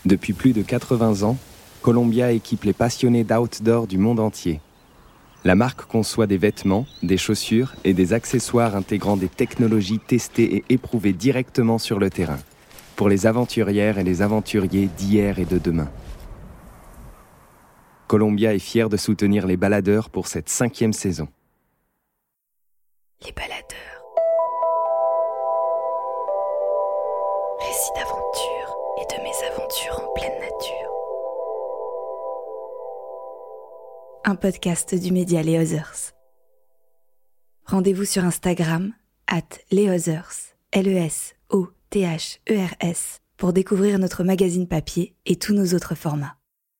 Depuis plus de 80 ans, Columbia équipe les passionnés d'outdoor du monde entier. La marque conçoit des vêtements, des chaussures et des accessoires intégrant des technologies testées et éprouvées directement sur le terrain, pour les aventurières et les aventuriers d'hier et de demain. Columbia est fière de soutenir les baladeurs pour cette 5e saison. Les baladeurs. Récits d'aventure et de mésaventures en pleine nature. Un podcast du média Les Others. Rendez-vous sur Instagram @lesothers, LESOTHERS, pour découvrir notre magazine papier et tous nos autres formats.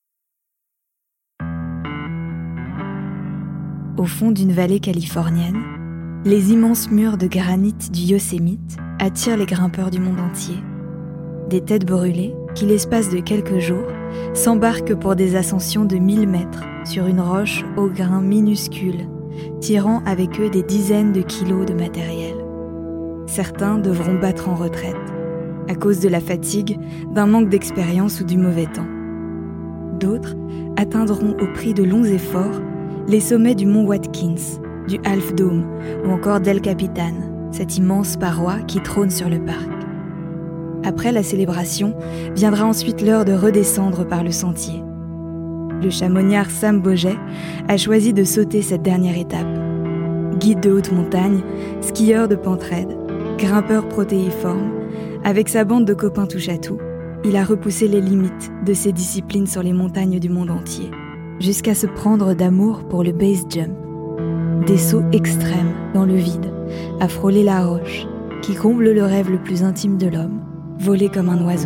Au fond d'une vallée californienne, les immenses murs de granit du Yosemite attirent les grimpeurs du monde entier. Des têtes brûlées qui, l'espace de quelques jours, s'embarquent pour des ascensions de 1000 mètres sur une roche au grain minuscule, tirant avec eux des dizaines de kilos de matériel. Certains devront battre en retraite, à cause de la fatigue, d'un manque d'expérience ou du mauvais temps. D'autres atteindront au prix de longs efforts les sommets du mont Watkins, du Half Dome ou encore d'El Capitan, cette immense paroi qui trône sur le parc. Après la célébration, viendra ensuite l'heure de redescendre par le sentier. Le chamoniard Sam Boget a choisi de sauter cette dernière étape. Guide de haute montagne, skieur de pente raide, grimpeur protéiforme, avec sa bande de copains touche-à-tout, il a repoussé les limites de ses disciplines sur les montagnes du monde entier, jusqu'à se prendre d'amour pour le base jump. Des sauts extrêmes dans le vide, à frôler la roche, qui comble le rêve le plus intime de l'homme, voler comme un oiseau.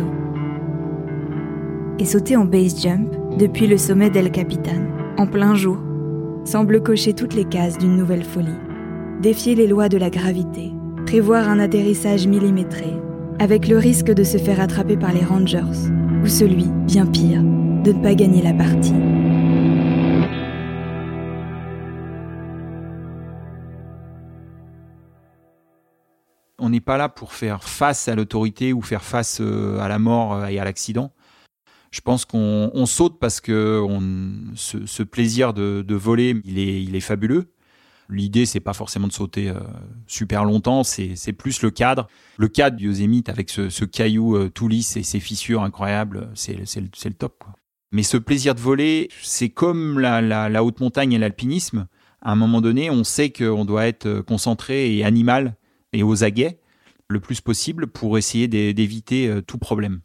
Et sauter en base jump, depuis le sommet d'El Capitan, en plein jour, semble cocher toutes les cases d'une nouvelle folie. Défier les lois de la gravité, prévoir un atterrissage millimétré, avec le risque de se faire attraper par les Rangers, ou celui, bien pire, de ne pas gagner la partie. On n'est pas là pour faire face à l'autorité ou faire face à la mort et à l'accident. Je pense qu'on saute parce que ce plaisir de voler, il est fabuleux. L'idée, c'est pas forcément de sauter super longtemps, c'est plus le cadre. Le cadre du Yosemite avec ce caillou tout lisse et ses fissures incroyables, c'est le top, quoi. Mais ce plaisir de voler, c'est comme la haute montagne et l'alpinisme. À un moment donné, on sait qu'on doit être concentré et animal et aux aguets le plus possible pour essayer d'éviter tout problème.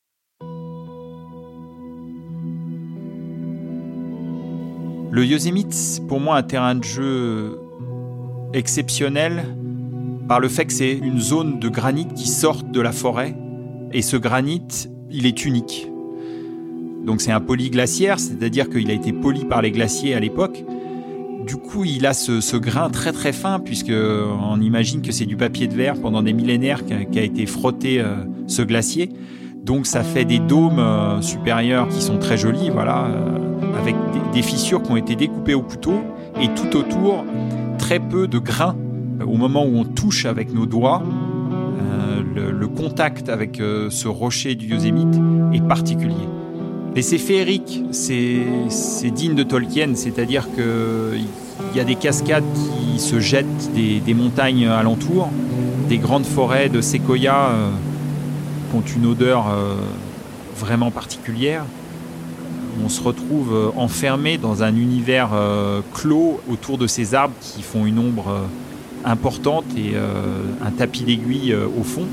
Le Yosemite, c'est pour moi un terrain de jeu exceptionnel par le fait que c'est une zone de granit qui sort de la forêt et ce granit, il est unique. Donc c'est un polyglaciaire, c'est-à-dire qu'il a été poli par les glaciers à l'époque. Du coup, il a ce grain très très fin, puisqu'on imagine que c'est du papier de verre pendant des millénaires qu'a été frotté ce glacier. Donc ça fait des dômes supérieurs qui sont très jolis, voilà, avec des fissures qui ont été découpées au couteau, et tout autour, très peu de grains. Au moment où on touche avec nos doigts, le contact avec ce rocher du Yosemite est particulier. Et c'est féerique, c'est digne de Tolkien, c'est-à-dire qu'il y a des cascades qui se jettent des montagnes alentour, des grandes forêts de séquoias qui ont une odeur vraiment particulière. On se retrouve enfermé dans un univers clos autour de ces arbres qui font une ombre importante et un tapis d'aiguilles au fond.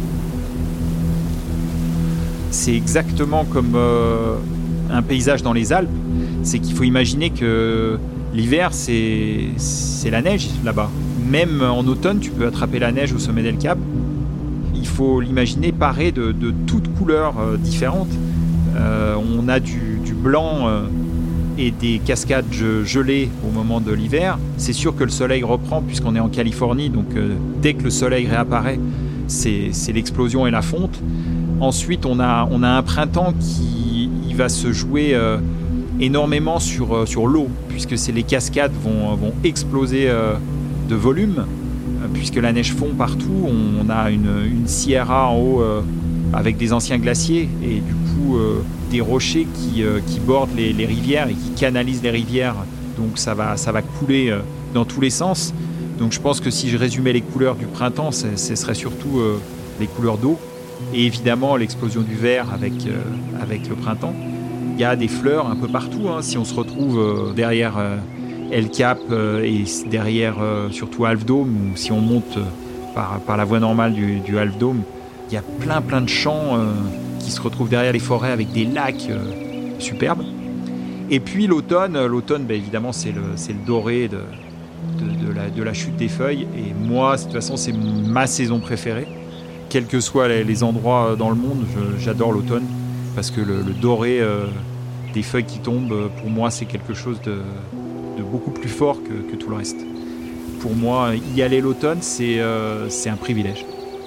C'est exactement comme un paysage dans les Alpes. C'est qu'il faut imaginer que l'hiver, c'est la neige là-bas. Même en automne, tu peux attraper la neige au sommet d'El Cap. Il faut l'imaginer paré de toutes couleurs différentes. On a du blanc et des cascades gelées au moment de l'hiver. C'est sûr que le soleil reprend puisqu'on est en Californie. Donc dès que le soleil réapparaît, c'est l'explosion et la fonte. Ensuite, on a un printemps qui va se jouer énormément sur l'eau, puisque les cascades vont exploser de volume, puisque la neige fond partout. On a une sierra en haut avec des anciens glaciers, et du coup, surtout des rochers qui bordent les rivières et qui canalisent les rivières. Donc ça va couler dans tous les sens. Donc je pense que si je résumais les couleurs du printemps, ce serait surtout les couleurs d'eau. Et évidemment l'explosion du vert avec le printemps. Il y a des fleurs un peu partout. Si on se retrouve derrière El Cap et derrière surtout Half Dome, ou si on monte par la voie normale du Half Dome, il y a plein de champs qui se retrouvent derrière les forêts avec des lacs superbes. Et puis l'automne, évidemment, c'est le doré de la chute des feuilles. Et moi, de toute façon, c'est ma saison préférée. Quels que soient les endroits dans le monde, j'adore l'automne. Parce que le doré des feuilles qui tombent, pour moi, c'est quelque chose de beaucoup plus fort que tout le reste. Pour moi, y aller l'automne, c'est un privilège.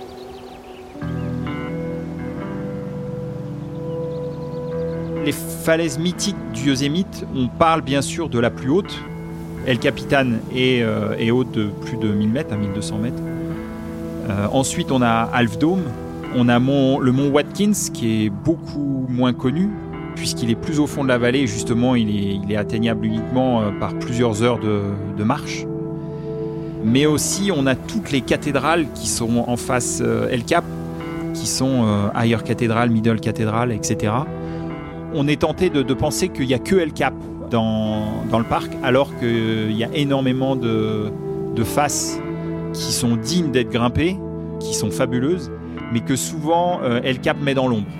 Les falaises mythiques du Yosemite, on parle bien sûr de la plus haute. El Capitan est haute de plus de 1000 mètres, à 1200 mètres. Ensuite, on a Half Dome. On a le mont Watkins, qui est beaucoup moins connu, puisqu'il est plus au fond de la vallée. Justement, il est atteignable uniquement par plusieurs heures de marche. Mais aussi, on a toutes les cathédrales qui sont en face El Cap, qui sont Higher Cathedral, Middle Cathedral, etc. On est tenté de penser qu'il n'y a que El Cap dans le parc, alors qu'il y a énormément de faces qui sont dignes d'être grimpées, qui sont fabuleuses, mais que souvent El Cap met dans l'ombre.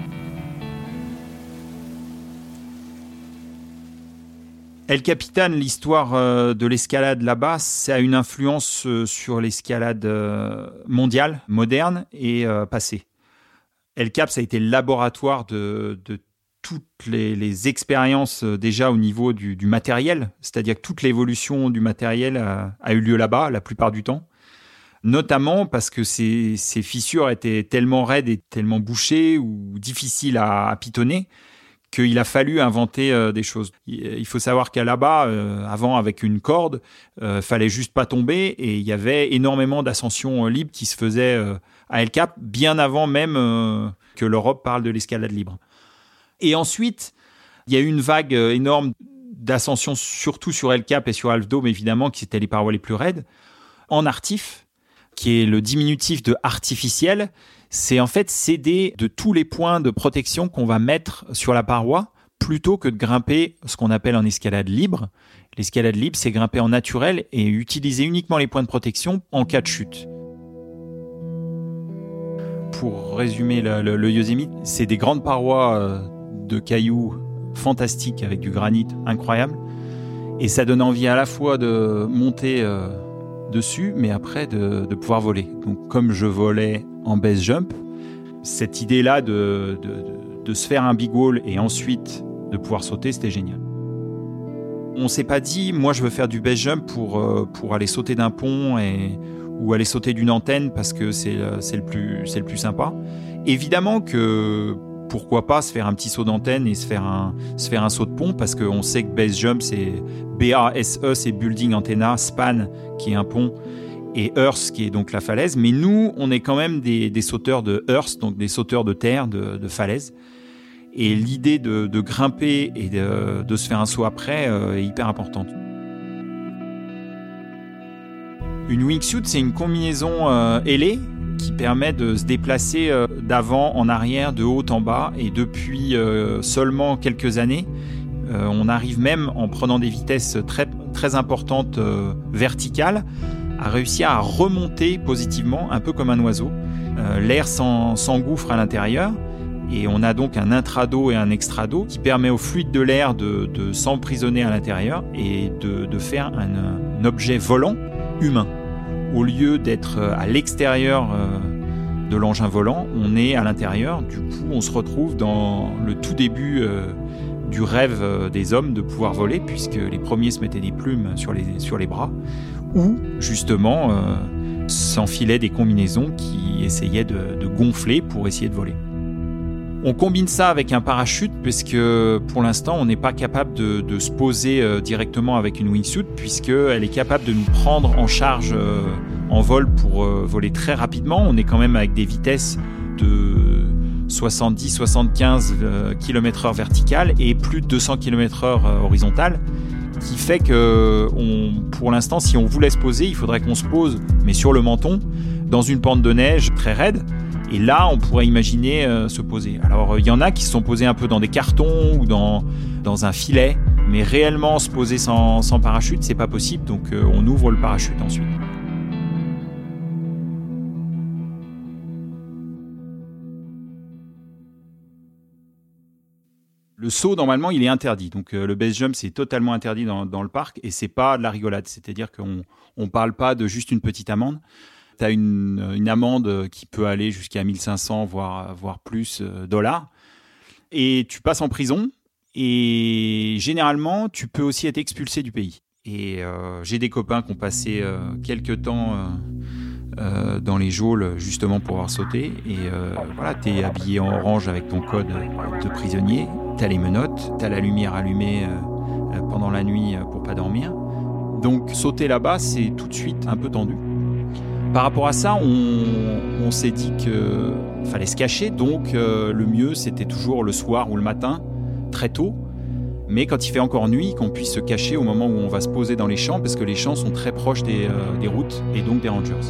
El Capitan, l'histoire de l'escalade là-bas, ça a une influence sur l'escalade mondiale, moderne et passée. El Cap, ça a été le laboratoire de toutes les expériences déjà au niveau du matériel, c'est-à-dire que toute l'évolution du matériel a eu lieu là-bas la plupart du temps, notamment parce que ces fissures étaient tellement raides et tellement bouchées ou difficiles à pitonner qu'il a fallu inventer des choses. Il faut savoir qu'à là-bas, avant avec une corde, fallait juste pas tomber et il y avait énormément d'ascensions libres qui se faisaient à El Cap, bien avant même que l'Europe parle de l'escalade libre. Et ensuite, il y a eu une vague énorme d'ascension, surtout sur El Cap et sur Half Dome, évidemment, qui étaient les parois les plus raides, en artif, qui est le diminutif de artificiel. C'est en fait céder de tous les points de protection qu'on va mettre sur la paroi, plutôt que de grimper ce qu'on appelle en escalade libre. L'escalade libre, c'est grimper en naturel et utiliser uniquement les points de protection en cas de chute. Pour résumer le Yosemite, c'est des grandes parois de cailloux fantastiques avec du granit incroyable. Et ça donne envie à la fois de monter dessus, mais après de pouvoir voler. Donc comme je volais en base jump, cette idée-là de se faire un big wall et ensuite de pouvoir sauter, c'était génial. On s'est pas dit, moi je veux faire du base jump pour aller sauter d'un pont ou aller sauter d'une antenne parce que c'est le plus sympa. Évidemment que pourquoi pas se faire un petit saut d'antenne et se faire un saut de pont, parce qu'on sait que base jump c'est BASE, c'est building antenna, span qui est un pont et earth qui est donc la falaise. Mais nous, on est quand même des sauteurs de earth, donc des sauteurs de terre, de falaise. Et l'idée de grimper et de se faire un saut après est hyper importante. Une wingsuit, c'est une combinaison ailée qui permet de se déplacer d'avant en arrière, de haut en bas. Et depuis seulement quelques années, on arrive même, en prenant des vitesses très, très importantes verticales, à réussir à remonter positivement, un peu comme un oiseau. L'air s'engouffre à l'intérieur. Et on a donc un intrado et un extrado qui permet au fluide de l'air de s'emprisonner à l'intérieur et de faire un objet volant humain. Au lieu d'être à l'extérieur de l'engin volant, on est à l'intérieur. Du coup, on se retrouve dans le tout début du rêve des hommes de pouvoir voler, puisque les premiers se mettaient des plumes sur les bras, ou justement s'enfilaient des combinaisons qui essayaient de gonfler pour essayer de voler. On combine ça avec un parachute, puisque pour l'instant, on n'est pas capable de se poser directement avec une wingsuit, puisqu'elle est capable de nous prendre en charge en vol pour voler très rapidement. On est quand même avec des vitesses 70-75 km/h verticale et plus de 200 km/h horizontale, qui fait que pour l'instant, si on voulait se poser, il faudrait qu'on se pose, mais sur le menton, dans une pente de neige très raide. Et là, on pourrait imaginer se poser. Alors, il y en a qui se sont posés un peu dans des cartons ou dans un filet, mais réellement se poser sans parachute, c'est pas possible. Donc, on ouvre le parachute ensuite. Le saut, normalement, il est interdit. Donc, le base jump, c'est totalement interdit dans le parc et c'est pas de la rigolade. C'est-à-dire qu'on parle pas de juste une petite amende. Tu as une amende qui peut aller jusqu'à 1500, voire plus dollars. Et tu passes en prison. Et généralement, tu peux aussi être expulsé du pays. Et j'ai des copains qui ont passé quelques temps dans les geôles justement pour avoir sauté. Et voilà, tu es habillé en orange avec ton code de prisonnier. Tu as les menottes, tu as la lumière allumée pendant la nuit pour pas dormir. Donc sauter là-bas, c'est tout de suite un peu tendu. Par rapport à ça, on s'est dit qu'il fallait se cacher, donc le mieux c'était toujours le soir ou le matin, très tôt, mais quand il fait encore nuit, qu'on puisse se cacher au moment où on va se poser dans les champs, parce que les champs sont très proches des routes et donc des rangers.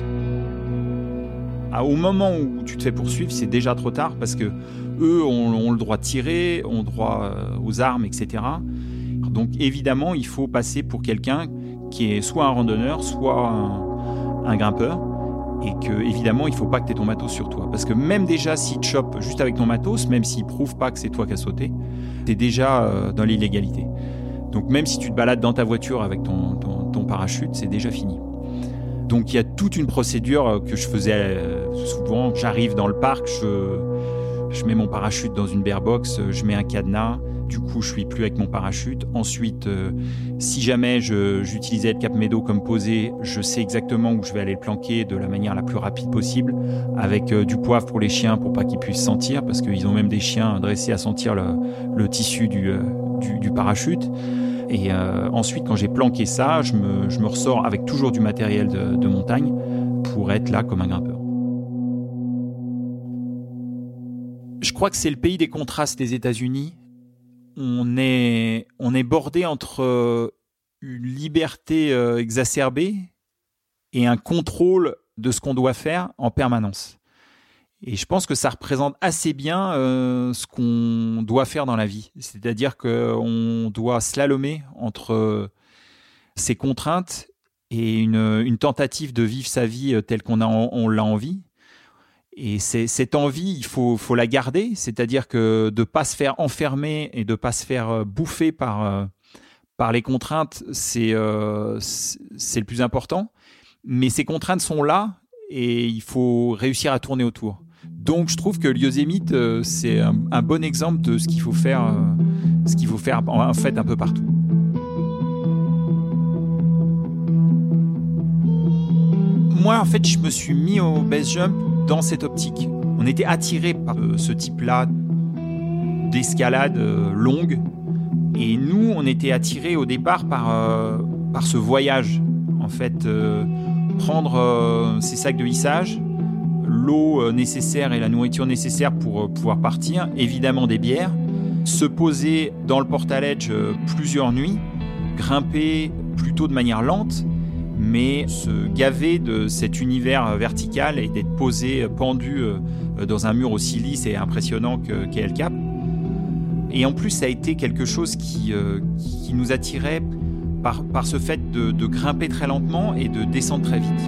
Au moment où tu te fais poursuivre, c'est déjà trop tard, parce que eux ont le droit de tirer, ont le droit aux armes, etc. Donc évidemment, il faut passer pour quelqu'un qui est soit un randonneur, soit un grimpeur. Et que, évidemment, il ne faut pas que tu aies ton matos sur toi. Parce que même déjà, s'ils te chopent juste avec ton matos, même s'ils ne prouvent pas que c'est toi qui as sauté, tu es déjà dans l'illégalité. Donc même si tu te balades dans ta voiture avec ton parachute, c'est déjà fini. Donc il y a toute une procédure que je faisais souvent. J'arrive dans le parc, je mets mon parachute dans une bear box, je mets un cadenas. Du coup, je suis plus avec mon parachute. Ensuite, si jamais j'utilisais le Cap Médo comme posé, je sais exactement où je vais aller le planquer de la manière la plus rapide possible, avec du poivre pour les chiens pour pas qu'ils puissent sentir, parce qu'ils ont même des chiens dressés à sentir le tissu du parachute. Et ensuite, quand j'ai planqué ça, je me ressors avec toujours du matériel de montagne pour être là comme un grimpeur. Je crois que c'est le pays des contrastes des États-Unis. On est bordé entre une liberté exacerbée et un contrôle de ce qu'on doit faire en permanence. Et je pense que ça représente assez bien ce qu'on doit faire dans la vie. C'est-à-dire qu'on doit slalomer entre ces contraintes et une tentative de vivre sa vie telle qu'on l'a envie. Et cette envie, il faut la garder, c'est-à-dire que de ne pas se faire enfermer et de ne pas se faire bouffer par les contraintes, c'est le plus important. Mais ces contraintes sont là et il faut réussir à tourner autour. Donc je trouve que le Yosemite, c'est un bon exemple de ce qu'il faut faire en fait un peu partout. Moi, en fait, je me suis mis au base jump dans cette optique. On était attirés par ce type-là d'escalade longue. Et nous, on était attirés au départ par ce voyage. En fait, prendre ces sacs de hissage, l'eau nécessaire et la nourriture nécessaire pour pouvoir partir, évidemment des bières, se poser dans le portaledge plusieurs nuits, grimper plutôt de manière lente, mais se gaver de cet univers vertical et d'être posé, pendu dans un mur aussi lisse et impressionnant qu'est El Cap. Et en plus, ça a été quelque chose qui nous attirait par ce fait de grimper très lentement et de descendre très vite.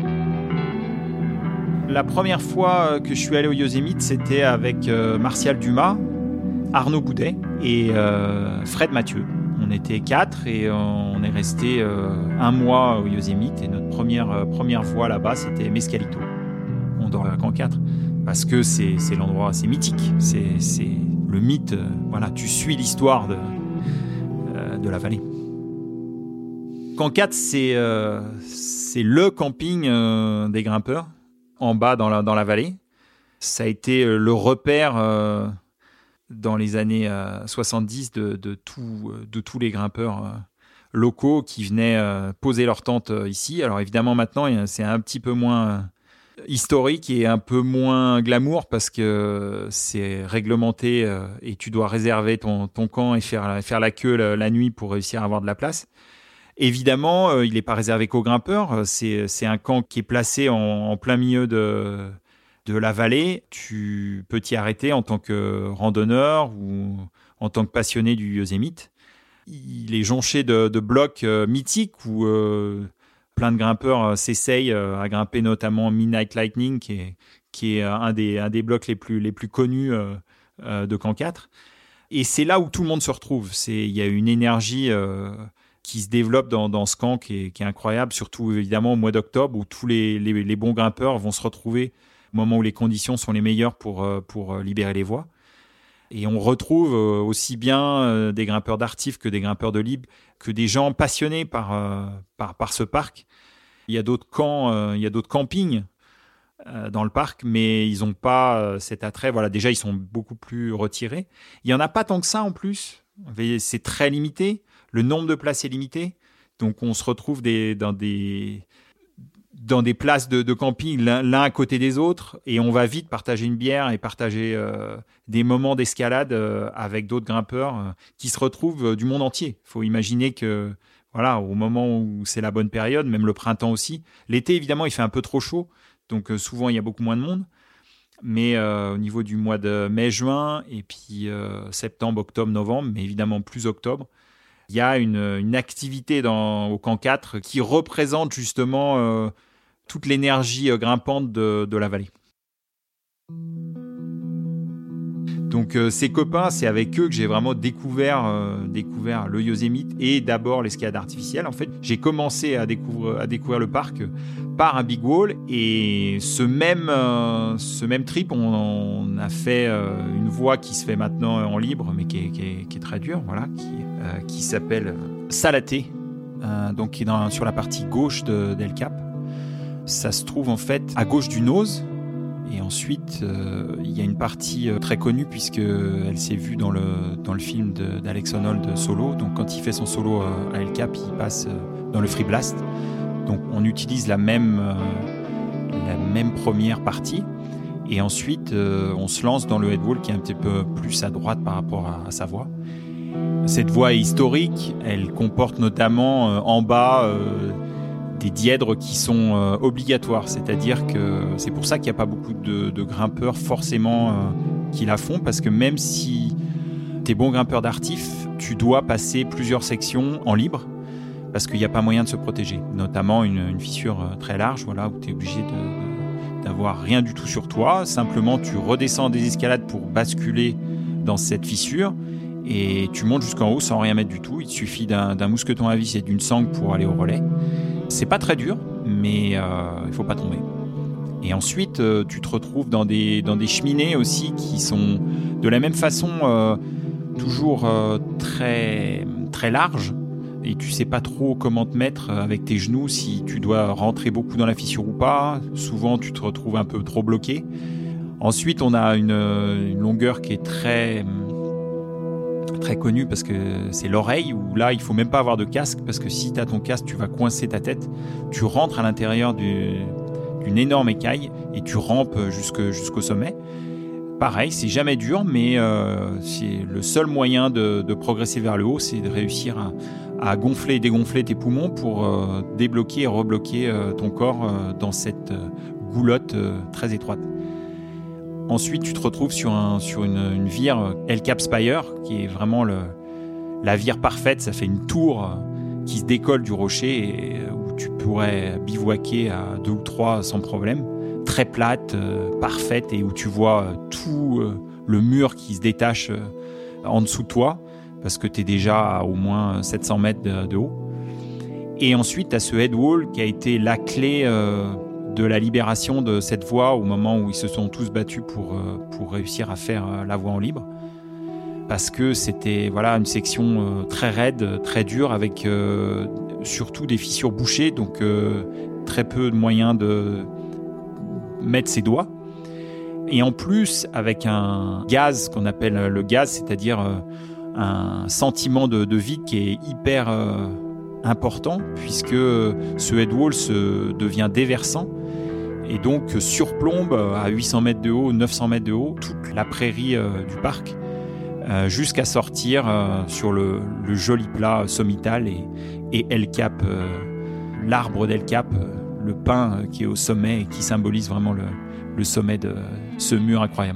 La première fois que je suis allé au Yosemite, c'était avec Martial Dumas, Arnaud Boudet et Fred Mathieu. On était 4 et on est resté 1 mois au Yosemite et notre première fois là-bas, c'était Mescalito. On dort à Camp 4 parce que c'est l'endroit, c'est mythique, c'est le mythe. Voilà, tu suis l'histoire de la vallée. Camp 4, c'est le camping des grimpeurs en bas dans la vallée. Ça a été le repère dans les années 70 de tous les grimpeurs locaux qui venaient poser leur tente ici. Alors évidemment maintenant c'est un petit peu moins historique et un peu moins glamour parce que c'est réglementé et tu dois réserver ton camp et faire la queue la nuit pour réussir à avoir de la place. Évidemment, il n'est pas réservé qu'aux grimpeurs. C'est un camp qui est placé en plein milieu de la vallée. Tu peux t'y arrêter en tant que randonneur ou en tant que passionné du Yosemite. Il est jonché de blocs mythiques où plein de grimpeurs s'essayent à grimper, notamment Midnight Lightning, qui est un des blocs les plus connus de Camp 4. Et c'est là où tout le monde se retrouve. Il y a une énergie qui se développe dans ce camp qui est incroyable, surtout évidemment au mois d'octobre où tous les bons grimpeurs vont se retrouver au moment où les conditions sont les meilleures pour libérer les voies. Et on retrouve aussi bien des grimpeurs d'artif que des grimpeurs de libre, que des gens passionnés par ce parc. Il y a d'autres camps, il y a d'autres campings dans le parc, mais ils n'ont pas cet attrait. Voilà, déjà, ils sont beaucoup plus retirés. Il n'y en a pas tant que ça en plus. C'est très limité. Le nombre de places est limité. Donc, on se retrouve dans des places de camping l'un à côté des autres et on va vite partager une bière et partager des moments d'escalade avec d'autres grimpeurs qui se retrouvent du monde entier. Il faut imaginer que voilà, au moment où c'est la bonne période, même le printemps aussi. L'été, évidemment, il fait un peu trop chaud, donc souvent, il y a beaucoup moins de monde. Mais au niveau du mois de mai-juin et puis septembre, octobre, novembre, mais évidemment plus octobre, il y a une activité au camp 4 qui représente justement toute l'énergie grimpante de la vallée. Donc ces copains, c'est avec eux que j'ai vraiment découvert le Yosemite et d'abord l'escalade artificielle. En fait, j'ai commencé à découvrir le parc par un big wall et ce même trip, on a fait une voie qui se fait maintenant en libre, mais qui est très dure, voilà, qui s'appelle Salaté, donc qui est sur la partie gauche d'El Cap. Ça se trouve en fait à gauche du Nose. Et ensuite, il y a une partie très connue puisqu'elle s'est vue dans le film d'Alex Honnold Solo. Donc quand il fait son solo à El Cap, il passe dans le Free Blast. Donc on utilise la même première partie. Et ensuite, on se lance dans le headwall qui est un petit peu plus à droite par rapport à sa voie. Cette voie est historique. Elle comporte notamment en bas des dièdres qui sont obligatoires, c'est-à-dire que c'est pour ça qu'il n'y a pas beaucoup de grimpeurs forcément qui la font, parce que même si tu es bon grimpeur d'artif, tu dois passer plusieurs sections en libre, parce qu'il n'y a pas moyen de se protéger, notamment une fissure très large, voilà, où tu es obligé d'avoir rien du tout sur toi, simplement tu redescends des escalades pour basculer dans cette fissure, et tu montes jusqu'en haut sans rien mettre du tout. Il te suffit d'un mousqueton à vis et d'une sangle pour aller au relais. C'est pas très dur, mais il faut pas tomber. Et ensuite, tu te retrouves dans des cheminées aussi qui sont de la même façon toujours très, très larges. Et tu sais pas trop comment te mettre avec tes genoux, si tu dois rentrer beaucoup dans la fissure ou pas. Souvent, tu te retrouves un peu trop bloqué. Ensuite, on a une longueur qui est très connue parce que c'est l'oreille, où là il faut même pas avoir de casque, parce que si tu as ton casque tu vas coincer ta tête, tu rentres à l'intérieur d'une énorme écaille et tu rampes jusqu'au sommet. Pareil, c'est jamais dur, mais c'est le seul moyen de progresser vers le haut, c'est de réussir à gonfler et dégonfler tes poumons pour débloquer et rebloquer ton corps dans cette goulotte très étroite. Ensuite, tu te retrouves sur une vire El Cap Spire, qui est vraiment la vire parfaite. Ça fait une tour qui se décolle du rocher et où tu pourrais bivouaquer à 2 ou 3 sans problème. Très plate, parfaite, et où tu vois tout le mur qui se détache en dessous de toi, parce que tu es déjà à au moins 700 mètres de haut. Et ensuite, tu as ce headwall qui a été la clé de la libération de cette voie au moment où ils se sont tous battus pour réussir à faire la voie en libre, parce que c'était une section très raide, très dure, avec surtout des fissures bouchées, donc très peu de moyens de mettre ses doigts, et en plus avec un gaz qu'on appelle le gaz, c'est-à-dire un sentiment de vide qui est hyper important, puisque ce headwall devient déversant. et donc surplombe à 800 mètres de haut, 900 mètres de haut, toute la prairie du parc, jusqu'à sortir sur le joli plat sommital et El Cap, l'arbre d'El Cap, le pin qui est au sommet et qui symbolise vraiment le sommet de ce mur incroyable.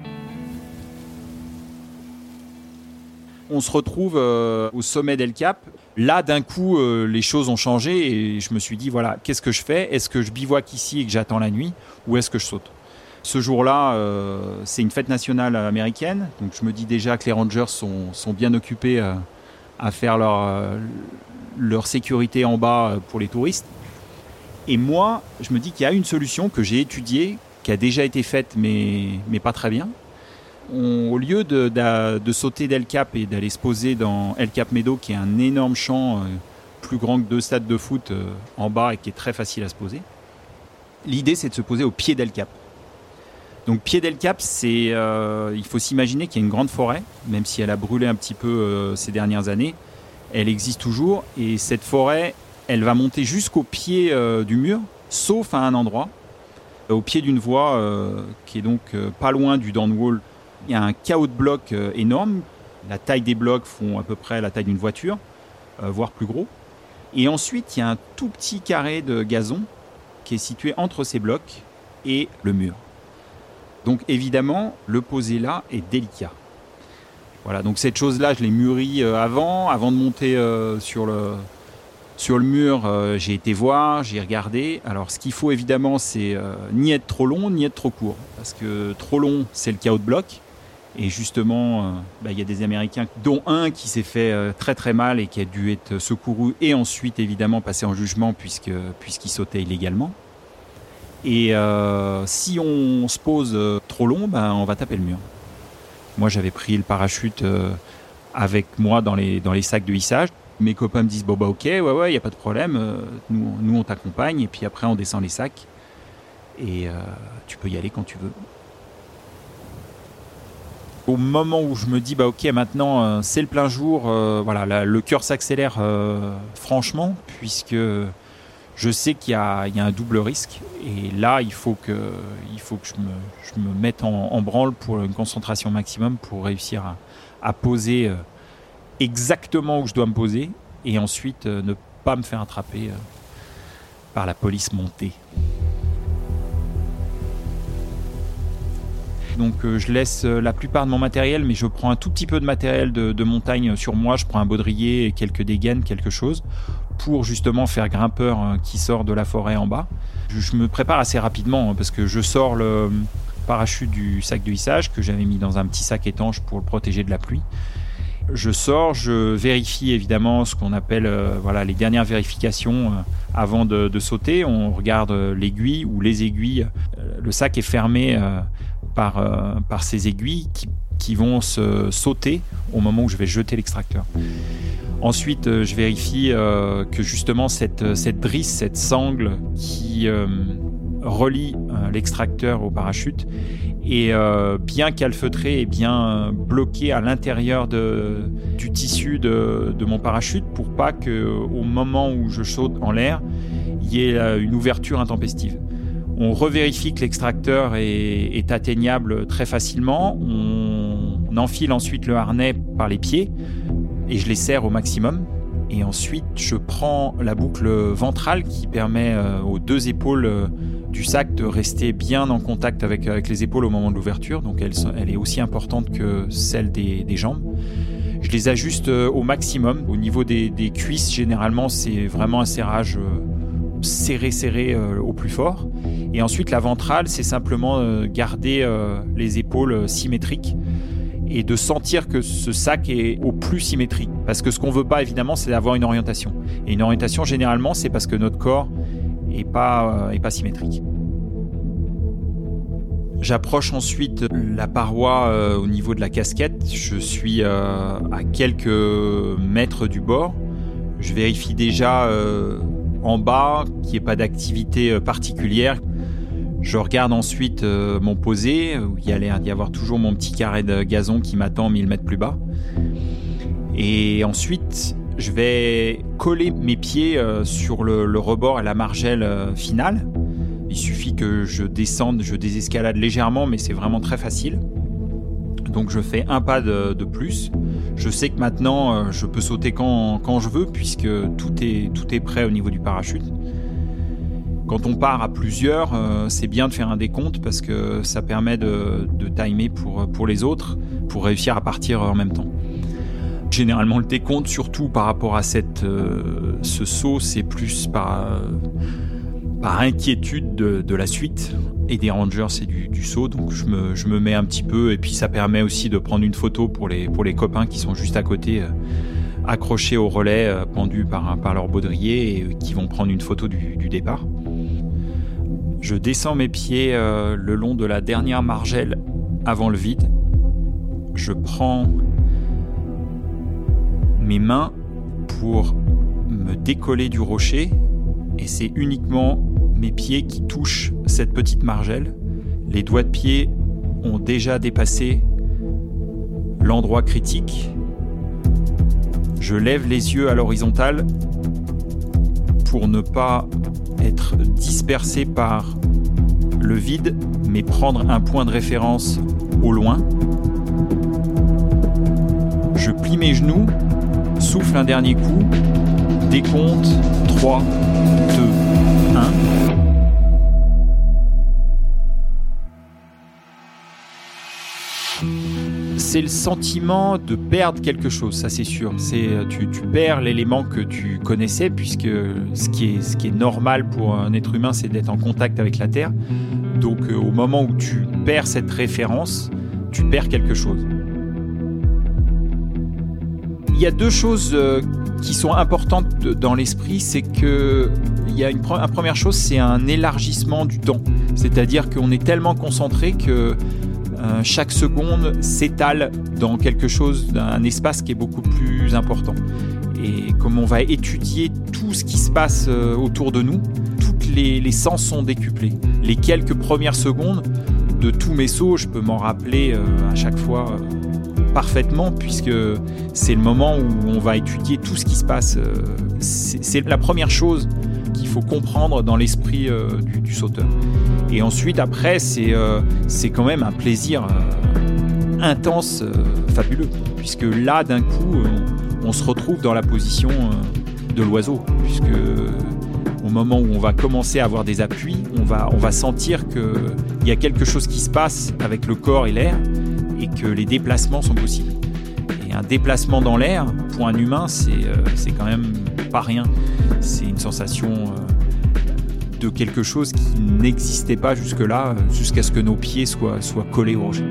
On se retrouve au sommet d'El Cap. Là, d'un coup, les choses ont changé et je me suis dit, voilà, qu'est-ce que je fais ? Est-ce que je bivouaque ici et que j'attends la nuit ou est-ce que je saute ? Ce jour-là, c'est une fête nationale américaine. Donc je me dis déjà que les rangers sont bien occupés à faire leur sécurité en bas pour les touristes. Et moi, je me dis qu'il y a une solution que j'ai étudiée, qui a déjà été faite, mais pas très bien. Au lieu de sauter d'El Cap et d'aller se poser dans El Cap Meadow, qui est un énorme champ plus grand que 2 stades de foot en bas et qui est très facile à se poser, l'idée c'est de se poser au pied d'El Cap. Donc pied d'El Cap, il faut s'imaginer qu'il y a une grande forêt, même si elle a brûlé un petit peu ces dernières années, elle existe toujours et cette forêt, elle va monter jusqu'au pied du mur, sauf à un endroit, au pied d'une voie qui est donc pas loin du downwall. Il y a un chaos de blocs énorme. La taille des blocs font à peu près la taille d'une voiture, voire plus gros. Et ensuite, il y a un tout petit carré de gazon qui est situé entre ces blocs et le mur. Donc évidemment, le poser là est délicat. Voilà, donc cette chose-là, je l'ai mûrie avant de monter sur le mur. J'ai été voir, j'ai regardé. Alors ce qu'il faut évidemment, c'est ni être trop long, ni être trop court. Parce que trop long, c'est le chaos de blocs. Et justement, y a des Américains, dont un qui s'est fait très très mal et qui a dû être secouru et ensuite évidemment passé en jugement puisqu'il sautait illégalement. Et si on se pose trop long, on va taper le mur. Moi, j'avais pris le parachute avec moi dans les sacs de hissage. Mes copains me disent ok, ouais, y a pas de problème. Nous on t'accompagne et puis après on descend les sacs et tu peux y aller quand tu veux. Au moment où je me dis ok, maintenant c'est le plein jour, le cœur s'accélère franchement puisque je sais qu'il y a un double risque et là il faut que je me mette en branle pour une concentration maximum pour réussir à poser exactement où je dois me poser et ensuite ne pas me faire attraper par la police montée. Donc je laisse la plupart de mon matériel, mais je prends un tout petit peu de matériel de montagne sur moi. Je prends un baudrier et quelques dégaines, quelque chose, pour justement faire grimpeur qui sort de la forêt en bas. Je me prépare assez rapidement parce que je sors le parachute du sac de hissage que j'avais mis dans un petit sac étanche pour le protéger de la pluie. Je sors, je vérifie évidemment ce qu'on appelle les dernières vérifications avant de sauter. On regarde l'aiguille ou les aiguilles. Le sac est fermé par ces aiguilles qui vont se sauter au moment où je vais jeter l'extracteur. Ensuite, je vérifie que justement cette drisse, cette sangle qui relie l'extracteur au parachute est bien calfeutrée et bien bloquée à l'intérieur du tissu de mon parachute pour pas qu'au moment où je saute en l'air, il y ait une ouverture intempestive. On revérifie que l'extracteur est atteignable très facilement. On enfile ensuite le harnais par les pieds et je les serre au maximum. Et ensuite, je prends la boucle ventrale qui permet aux 2 épaules du sac de rester bien en contact avec les épaules au moment de l'ouverture. Donc elle est aussi importante que celle des jambes. Je les ajuste au maximum. Au niveau des cuisses, généralement, c'est vraiment un serrage serré au plus fort. Et ensuite, la ventrale, c'est simplement garder les épaules symétriques et de sentir que ce sac est au plus symétrique. Parce que ce qu'on veut pas, évidemment, c'est d'avoir une orientation. Et une orientation, généralement, c'est parce que notre corps est pas symétrique. J'approche ensuite la paroi au niveau de la casquette. Je suis à quelques mètres du bord. Je vérifie déjà en bas qu'il n'y ait pas d'activité particulière. Je regarde ensuite mon posé, où il y a l'air d'y avoir toujours mon petit carré de gazon qui m'attend 1000 mètres plus bas. Et ensuite, je vais coller mes pieds sur le rebord et la margelle finale. Il suffit que je descende, je désescalade légèrement, mais c'est vraiment très facile. Donc je fais un pas de plus. Je sais que maintenant, je peux sauter quand je veux, puisque tout est prêt au niveau du parachute. Quand on part à plusieurs, c'est bien de faire un décompte parce que ça permet de timer pour les autres, pour réussir à partir en même temps. Généralement, le décompte, surtout par rapport à ce saut, c'est plus par inquiétude de la suite et des rangers, c'est du saut. Donc je me mets un petit peu, et puis ça permet aussi de prendre une photo pour les copains qui sont juste à côté, accrochés au relais, pendus par leur baudrier, et qui vont prendre une photo du départ. Je descends mes pieds le long de la dernière margelle avant le vide. Je prends mes mains pour me décoller du rocher, et c'est uniquement mes pieds qui touchent cette petite margelle. Les doigts de pied ont déjà dépassé l'endroit critique. Je lève les yeux à l'horizontale pour ne pas être dispersé par le vide, mais prendre un point de référence au loin. Je plie mes genoux, souffle un dernier coup, décompte 3, 2, 1. C'est le sentiment de perdre quelque chose, ça c'est sûr. Tu perds l'élément que tu connaissais, puisque ce qui est normal pour un être humain, c'est d'être en contact avec la Terre. Donc au moment où tu perds cette référence, tu perds quelque chose. Il y a deux choses qui sont importantes dans l'esprit, c'est que la première chose, c'est un élargissement du temps. C'est-à-dire qu'on est tellement concentré que chaque seconde s'étale dans quelque chose, d'un espace qui est beaucoup plus important. Et comme on va étudier tout ce qui se passe autour de nous, tous les sens sont décuplés. Les quelques premières secondes de tous mes sauts, je peux m'en rappeler à chaque fois parfaitement, puisque c'est le moment où on va étudier tout ce qui se passe. C'est la première chose qu'il faut comprendre dans l'esprit du sauteur. Et ensuite, après, c'est quand même un plaisir intense, fabuleux, puisque là, d'un coup, on se retrouve dans la position de l'oiseau, puisque au moment où on va commencer à avoir des appuis, on va sentir qu'il y a quelque chose qui se passe avec le corps et l'air, et que les déplacements sont possibles. Et un déplacement dans l'air, pour un humain, c'est quand même pas rien. C'est une sensation de quelque chose qui n'existait pas jusque-là, jusqu'à ce que nos pieds soient collés au rocher.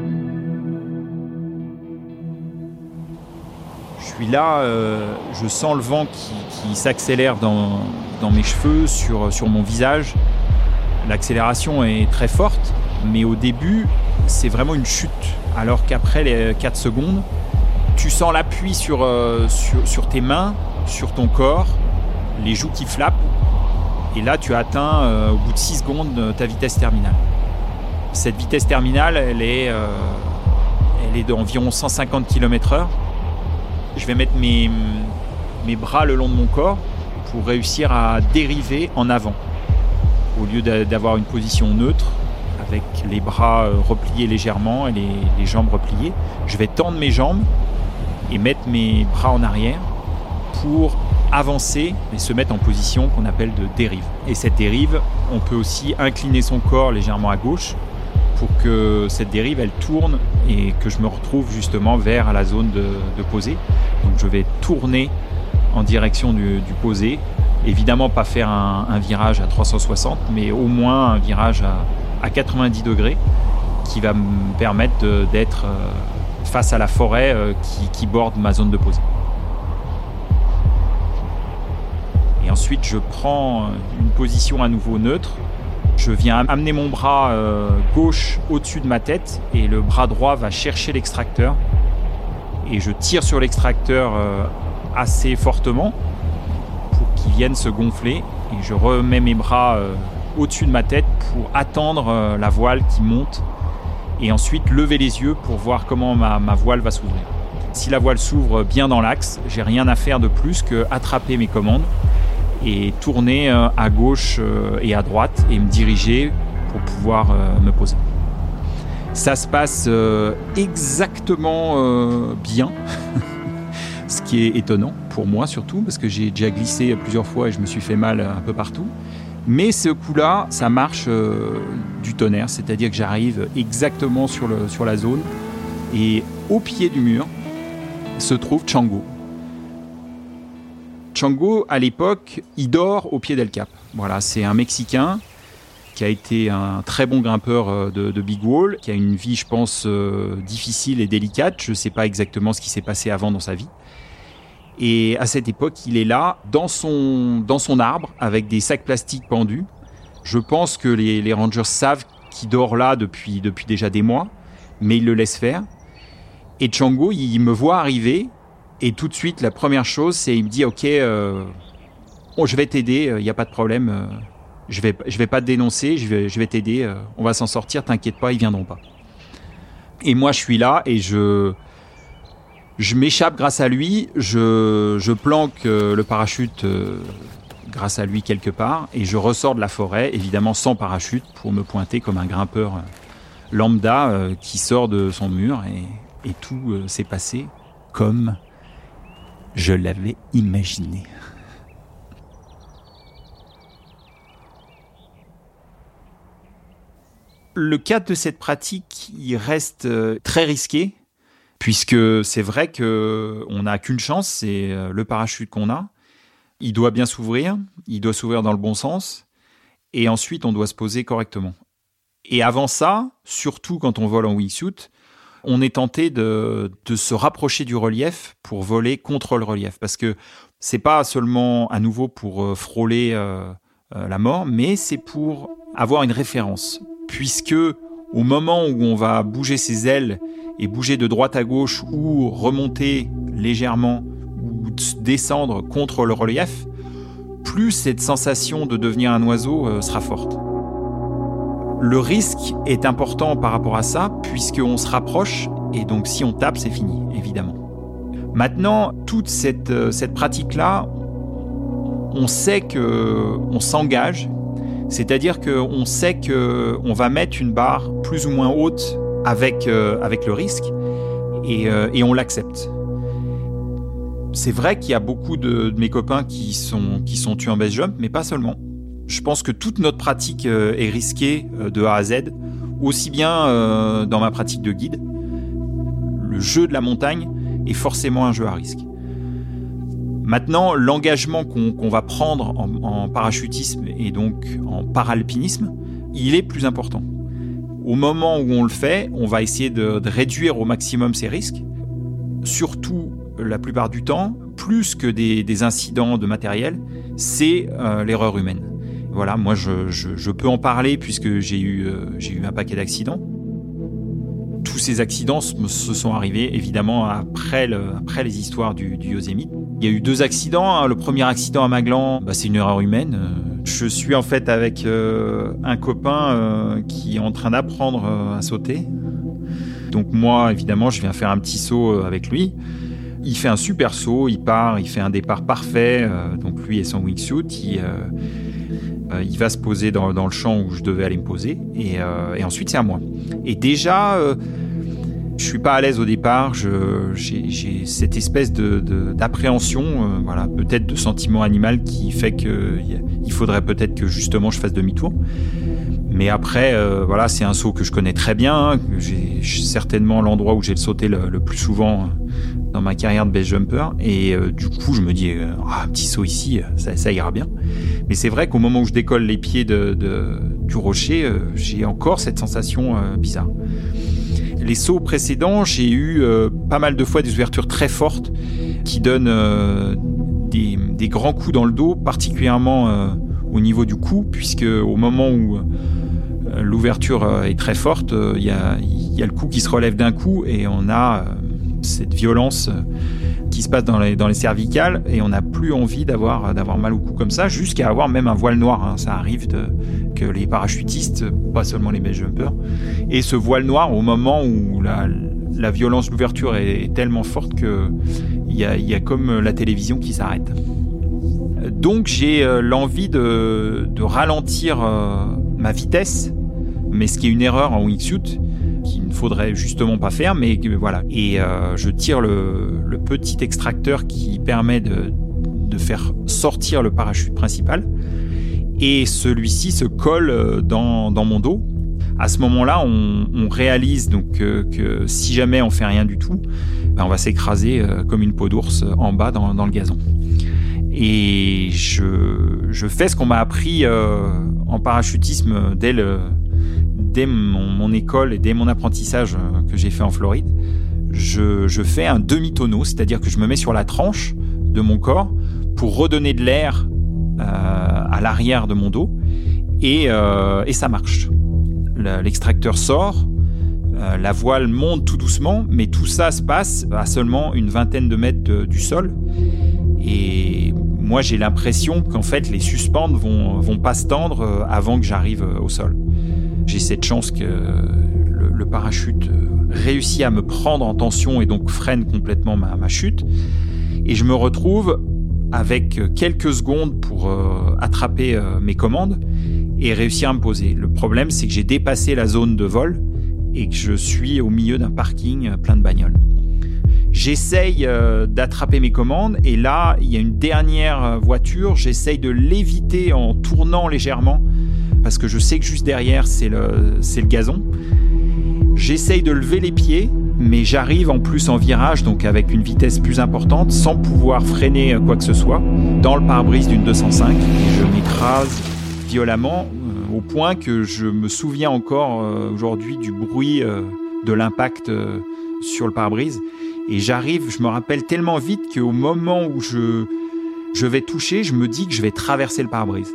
Je suis là, je sens le vent qui s'accélère dans mes cheveux, sur mon visage. L'accélération est très forte, mais au début, c'est vraiment une chute. Alors qu'après les 4 secondes, tu sens l'appui sur tes mains, sur ton corps, les joues qui flappent. Et là, tu as atteint, au bout de 6 secondes, ta vitesse terminale. Cette vitesse terminale, elle est d'environ 150 km/h. Je vais mettre mes bras le long de mon corps pour réussir à dériver en avant. Au lieu d'avoir une position neutre, avec les bras repliés légèrement et les jambes repliées, je vais tendre mes jambes et mettre mes bras en arrière pour avancer et se mettre en position qu'on appelle de dérive. Et cette dérive, on peut aussi incliner son corps légèrement à gauche pour que cette dérive, elle tourne et que je me retrouve justement vers la zone de posée. Donc je vais tourner en direction du posé. Évidemment pas faire un virage à 360, mais au moins un virage à 90 degrés qui va me permettre d'être face à la forêt qui borde ma zone de posée. Et ensuite, je prends une position à nouveau neutre. Je viens amener mon bras gauche au-dessus de ma tête et le bras droit va chercher l'extracteur. Et je tire sur l'extracteur assez fortement pour qu'il vienne se gonfler. Et je remets mes bras au-dessus de ma tête pour attendre la voile qui monte. Et ensuite, lever les yeux pour voir comment ma voile va s'ouvrir. Si la voile s'ouvre bien dans l'axe, j'ai rien à faire de plus que attraper mes commandes et tourner à gauche et à droite et me diriger pour pouvoir me poser. Ça se passe exactement bien, ce qui est étonnant pour moi surtout, parce que j'ai déjà glissé plusieurs fois et je me suis fait mal un peu partout. Mais ce coup-là, ça marche du tonnerre, c'est-à-dire que j'arrive exactement sur la zone et au pied du mur se trouve Django. Django, à l'époque, il dort au pied d'El Cap. Voilà, c'est un Mexicain qui a été un très bon grimpeur de Big Wall, qui a une vie, je pense, difficile et délicate. Je ne sais pas exactement ce qui s'est passé avant dans sa vie. Et à cette époque, il est là, dans son arbre, avec des sacs plastiques pendus. Je pense que les rangers savent qu'il dort là depuis déjà des mois, mais ils le laissent faire. Et Django, il me voit arriver, et tout de suite, la première chose, c'est il me dit « Ok, je vais t'aider, il n'y a pas de problème. Je vais pas te dénoncer, je vais t'aider, on va s'en sortir, t'inquiète pas, ils viendront pas. » Et moi, je suis là et je m'échappe grâce à lui, je planque le parachute grâce à lui quelque part et je ressors de la forêt, évidemment sans parachute, pour me pointer comme un grimpeur lambda qui sort de son mur et tout s'est passé comme je l'avais imaginé. Le cadre de cette pratique, il reste très risqué, puisque c'est vrai qu'on n'a qu'une chance, c'est le parachute qu'on a. Il doit bien s'ouvrir, il doit s'ouvrir dans le bon sens, et ensuite on doit se poser correctement. Et avant ça, surtout quand on vole en wingsuit, on est tenté de se rapprocher du relief pour voler contre le relief, parce que c'est pas seulement à nouveau pour frôler la mort, mais c'est pour avoir une référence. Puisque au moment où on va bouger ses ailes et bouger de droite à gauche ou remonter légèrement ou descendre contre le relief, plus cette sensation de devenir un oiseau sera forte. Le risque est important par rapport à ça, puisqu'on se rapproche et donc si on tape, c'est fini, évidemment. Maintenant, toute cette pratique-là, on sait qu'on s'engage. C'est-à-dire qu'on sait qu'on va mettre une barre plus ou moins haute avec le risque et on l'accepte. C'est vrai qu'il y a beaucoup de mes copains qui sont tués en base jump, mais pas seulement. Je pense que toute notre pratique est risquée de A à Z, aussi bien dans ma pratique de guide. Le jeu de la montagne est forcément un jeu à risque. Maintenant, l'engagement qu'on va prendre en parachutisme et donc en paralpinisme, il est plus important. Au moment où on le fait, on va essayer de réduire au maximum ces risques. Surtout, la plupart du temps, plus que des incidents de matériel, c'est l'erreur humaine. Voilà, moi je peux en parler puisque j'ai eu un paquet d'accidents. Tous ces accidents se sont arrivés évidemment après les histoires du Yosemite. Il y a eu 2 accidents. Le premier accident à Maglan, c'est une erreur humaine. Je suis en fait avec un copain qui est en train d'apprendre à sauter. Donc moi, évidemment, je viens faire un petit saut avec lui. Il fait un super saut, il part, il fait un départ parfait. Donc lui et son wingsuit, il va se poser dans le champ où je devais aller me poser. Et ensuite, c'est à moi. Et déjà... je suis pas à l'aise au départ, j'ai cette espèce d'appréhension, voilà, peut-être de sentiment animal qui fait qu'il faudrait peut-être que justement je fasse demi-tour. Mais après, voilà, c'est un saut que je connais très bien, que j'ai certainement l'endroit où j'ai sauté le plus souvent dans ma carrière de base jumper. Et du coup, je me dis, un petit saut ici, ça ira bien. Mais c'est vrai qu'au moment où je décolle les pieds du rocher, j'ai encore cette sensation bizarre. Les sauts précédents, j'ai eu pas mal de fois des ouvertures très fortes qui donnent des grands coups dans le dos, particulièrement au niveau du cou, puisque au moment où l'ouverture est très forte, il y a le cou qui se relève d'un coup et on a cette violence qui se passe dans les cervicales et on n'a plus envie d'avoir mal au cou comme ça, jusqu'à avoir même un voile noir. Hein. Ça arrive que les parachutistes, pas seulement les base jumpers, et ce voile noir au moment où la violence de l'ouverture est tellement forte qu'il y a comme la télévision qui s'arrête. Donc j'ai l'envie de ralentir ma vitesse, mais ce qui est une erreur en wingsuit, qu'il ne faudrait justement pas faire, mais voilà. Et je tire le petit extracteur qui permet de faire sortir le parachute principal, et celui-ci se colle dans mon dos. À ce moment-là, on réalise donc que si jamais on fait rien du tout, on va s'écraser comme une peau d'ours en bas dans le gazon. Et je fais ce qu'on m'a appris en parachutisme dès mon école et dès mon apprentissage que j'ai fait en Floride. Je fais un demi-tonneau, c'est-à-dire que je me mets sur la tranche de mon corps pour redonner de l'air à l'arrière de mon dos, et ça marche. L'extracteur sort, la voile monte tout doucement, mais tout ça se passe à seulement une vingtaine de mètres du sol. Et moi, j'ai l'impression qu'en fait, les suspentes vont pas se tendre avant que j'arrive au sol. J'ai cette chance que le parachute réussit à me prendre en tension et donc freine complètement ma chute. Et je me retrouve avec quelques secondes pour attraper mes commandes et réussir à me poser. Le problème, c'est que j'ai dépassé la zone de vol et que je suis au milieu d'un parking plein de bagnoles. J'essaye d'attraper mes commandes, et là, il y a une dernière voiture. J'essaye de l'éviter en tournant légèrement, parce que je sais que juste derrière, c'est le gazon. J'essaye de lever les pieds, mais j'arrive en plus en virage, donc avec une vitesse plus importante, sans pouvoir freiner quoi que ce soit, dans le pare-brise d'une 205. Et je m'écrase violemment, au point que je me souviens encore aujourd'hui du bruit de l'impact sur le pare-brise. Et je me rappelle tellement vite qu'au moment où je vais toucher, je me dis que je vais traverser le pare-brise.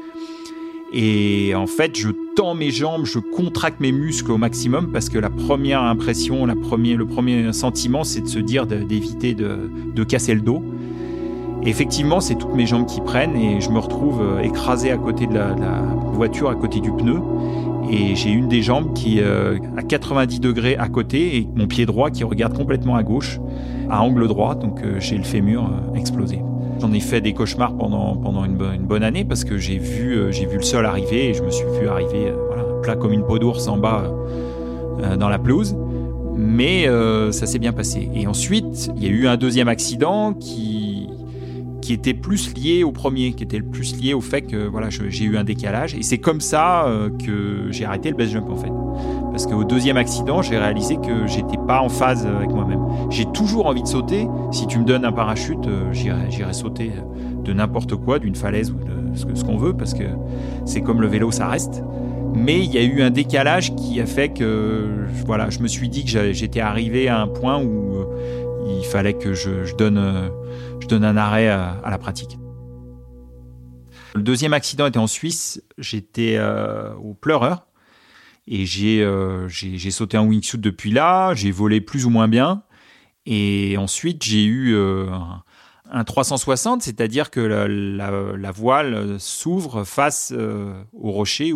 Et en fait, je tends mes jambes, je contracte mes muscles au maximum, parce que la première impression, le premier sentiment, c'est de se dire d'éviter de casser le dos. Et effectivement, c'est toutes mes jambes qui prennent, et je me retrouve écrasé à côté de la voiture, à côté du pneu. Et j'ai une des jambes qui à 90 degrés à côté, et mon pied droit qui regarde complètement à gauche, à angle droit, donc j'ai le fémur explosé. J'en ai fait des cauchemars pendant une bonne année, parce que j'ai vu le sol arriver, et je me suis vu arriver plat comme une peau d'ours en bas dans la pelouse. Mais ça s'est bien passé. Et ensuite, il y a eu un deuxième accident qui était plus lié au premier, qui était le plus lié au fait que j'ai eu un décalage. Et c'est comme ça que j'ai arrêté le base jump, en fait. Parce qu'au deuxième accident, j'ai réalisé que j'étais pas en phase avec moi-même. J'ai toujours envie de sauter. Si tu me donnes un parachute, j'irai sauter de n'importe quoi, d'une falaise ou de ce qu'on veut, parce que c'est comme le vélo, ça reste. Mais il y a eu un décalage qui a fait que je me suis dit que j'étais arrivé à un point où il fallait que je donne un arrêt à la pratique. Le deuxième accident était en Suisse. J'étais au Pleureur, et j'ai sauté en wingsuit depuis là. J'ai volé plus ou moins bien, et ensuite j'ai eu un 360, c'est-à-dire que la voile s'ouvre face au rocher,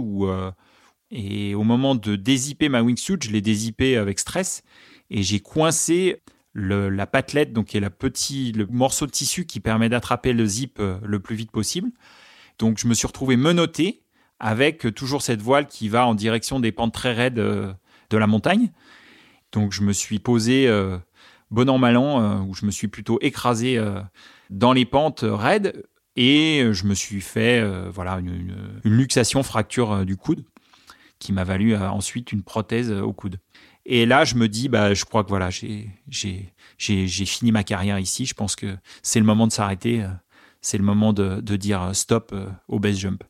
et au moment de dézipper ma wingsuit, je l'ai dézippée avec stress, et j'ai coincé la patelette, donc qui est le morceau de tissu qui permet d'attraper le zip le plus vite possible. Donc je me suis retrouvé menotté, avec toujours cette voile qui va en direction des pentes très raides de la montagne. Donc je me suis posé bon an mal an, où je me suis plutôt écrasé dans les pentes raides, et je me suis fait une luxation, fracture du coude, qui m'a valu ensuite une prothèse au coude. Et là, je me dis, je crois que j'ai fini ma carrière ici. Je pense que c'est le moment de s'arrêter. C'est le moment de dire stop au base jump.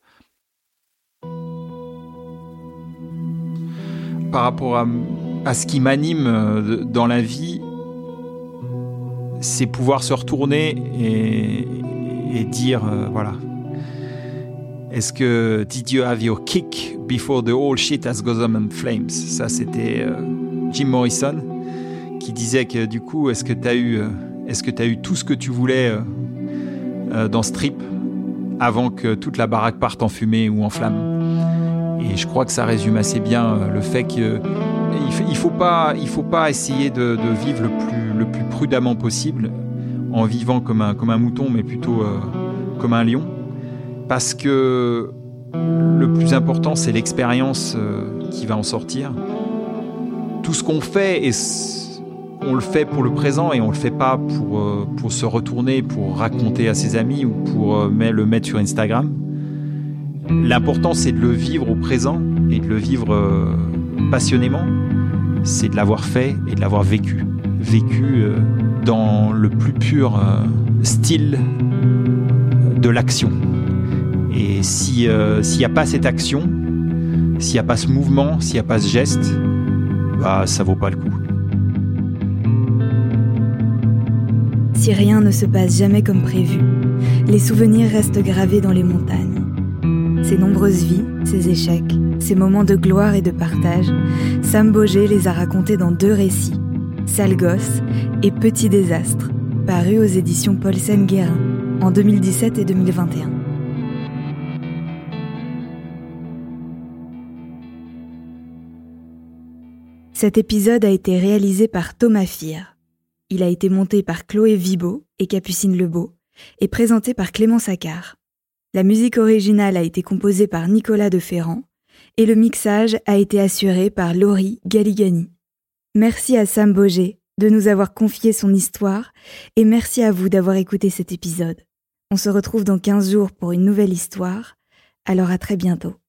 Par rapport à ce qui m'anime dans la vie, c'est pouvoir se retourner et dire, est-ce que did you have your kick before the whole shit has gone up in flames? Ça, c'était Jim Morrison qui disait que du coup, est-ce que t'as eu tout ce que tu voulais dans ce trip avant que toute la baraque parte en fumée ou en flammes? Et je crois que ça résume assez bien le fait qu'il faut pas essayer de vivre le plus prudemment possible, en vivant comme un mouton, mais plutôt comme un lion. parce que le plus important, c'est l'expérience qui va en sortir. Tout ce qu'on fait, on le fait pour le présent et on le fait pas pour se retourner, pour raconter à ses amis ou pour le mettre sur Instagram. L'important, c'est de le vivre au présent et de le vivre passionnément. C'est de l'avoir fait et de l'avoir vécu. Vécu dans le plus pur style de l'action. Et s'il n'y a pas cette action, s'il n'y a pas ce mouvement, s'il n'y a pas ce geste, ça vaut pas le coup. Si rien ne se passe jamais comme prévu, les souvenirs restent gravés dans les montagnes. Ces nombreuses vies, ces échecs, ces moments de gloire et de partage, Sam Bogé les a racontés dans 2 récits, Sale gosse et Petit désastre, parus aux éditions Paulsen-Guérin en 2017 et 2021. Cet épisode a été réalisé par Thomas Fir. Il a été monté par Chloé Vibo et Capucine Lebeau et présenté par Clément Saccard. La musique originale a été composée par Nicolas de Ferrand et le mixage a été assuré par Laurie Galigani. Merci à Sam Bogé de nous avoir confié son histoire et merci à vous d'avoir écouté cet épisode. On se retrouve dans 15 jours pour une nouvelle histoire, alors à très bientôt.